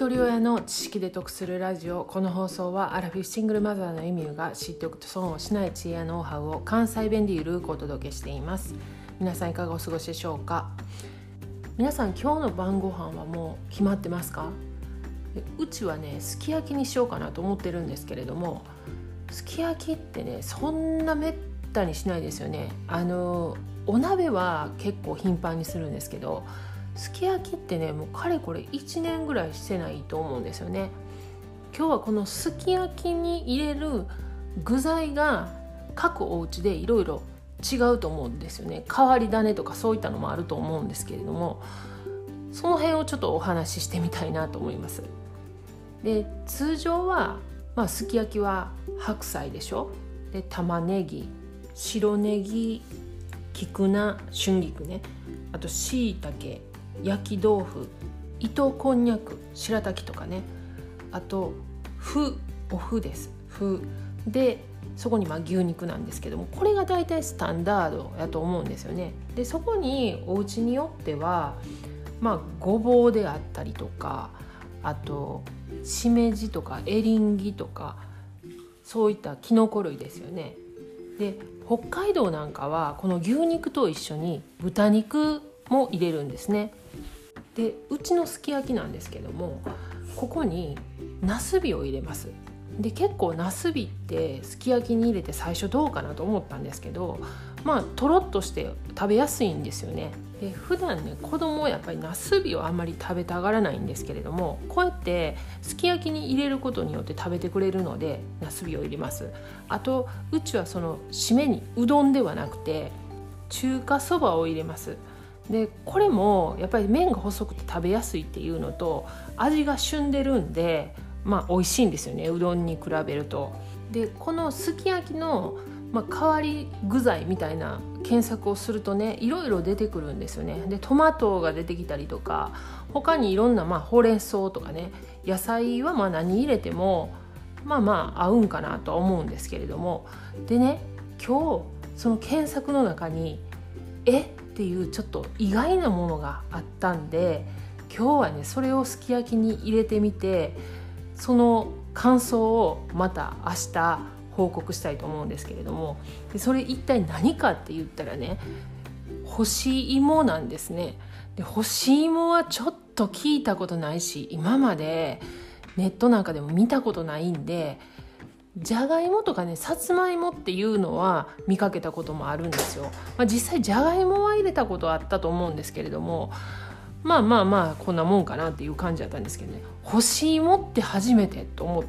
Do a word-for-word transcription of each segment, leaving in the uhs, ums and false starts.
一人親の知識で得するラジオ。この放送はアラフィフシングルマザーのエミューが知っておくと損をしない知恵やノウハウを関西弁でゆるくお届けしています。皆さんいかがお過ごしでしょうか。皆さん今日の晩ご飯はもう決まってますか？うちはねすき焼きにしようかなと思ってるんですけれども、すき焼きってねそんなめったにしないですよね。あのお鍋は結構頻繁にするんですけど、すき焼きってねもうかれこれいちねんぐらいしてないと思うんですよね。今日はこのすき焼きに入れる具材が各お家でいろいろ違うと思うんですよね。変わり種とかそういったのもあると思うんですけれども、その辺をちょっとお話ししてみたいなと思います。で通常は、まあ、すき焼きは白菜でしょ。で玉ねぎ、白ネギ、菊菜、春菊ね、あとしいたけ、焼き豆腐、糸こんにゃく、白滝とかね、あと麩、お麩です。麩でそこにまあ牛肉なんですけども、これがだいたいスタンダードやと思うんですよね。でそこにお家によってはまあごぼうであったりとか、あとしめじとかエリンギとかそういったキノコ類ですよね。で北海道なんかはこの牛肉と一緒に豚肉も入れるんですね。でうちのすき焼きなんですけども、ここにナスビを入れます。で結構ナスビってすき焼きに入れて最初どうかなと思ったんですけど、まあとろっとして食べやすいんですよね。で普段ね子供はやっぱりナスビをあんまり食べたがらないんですけれども、こうやってすき焼きに入れることによって食べてくれるのでナスビを入れます。あとうちはその締めにうどんではなくて中華そばを入れます。でこれもやっぱり麺が細くて食べやすいっていうのと、味が旬でるんでまあ美味しいんですよね、うどんに比べると。でこのすき焼きの、まあ、代わり具材みたいな検索をするとねいろいろ出てくるんですよね。でトマトが出てきたりとか、他にいろんな、まあ、ほうれん草とかね、野菜はまあ何入れてもまあまあ合うんかなとは思うんですけれども、でね今日その検索の中にえっていうちょっと意外なものがあったんで、今日はねそれをすき焼きに入れてみて、その感想をまた明日報告したいと思うんですけれども、でそれ一体何かって言ったらね、干し芋なんですね。で干し芋はちょっと聞いたことないし、今までネットなんかでも見たことないんで、じゃがいもとかねさつまいもっていうのは見かけたこともあるんですよ。まあ、実際じゃがいもは入れたことはあったと思うんですけれども、まあまあまあこんなもんかなっていう感じだったんですけどね、干し芋って初めてと思って、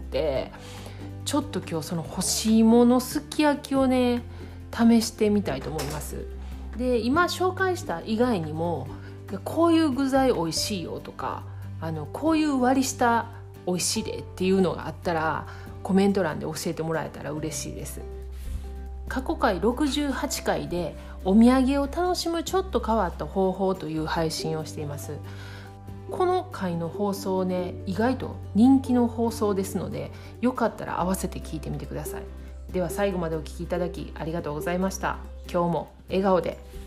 ちょっと今日その干し芋のすき焼きをね試してみたいと思います。で今紹介した以外にも、こういう具材美味しいよとか、あのこういう割り下美味しいでっていうのがあったらコメント欄で教えてもらえたら嬉しいです。過去回ろくじゅうはちかいでお土産を楽しむちょっと変わった方法という配信をしています。この回の放送ね意外と人気の放送ですので、よかったら合わせて聞いてみてください。では最後までお聞きいただきありがとうございました。今日も笑顔で。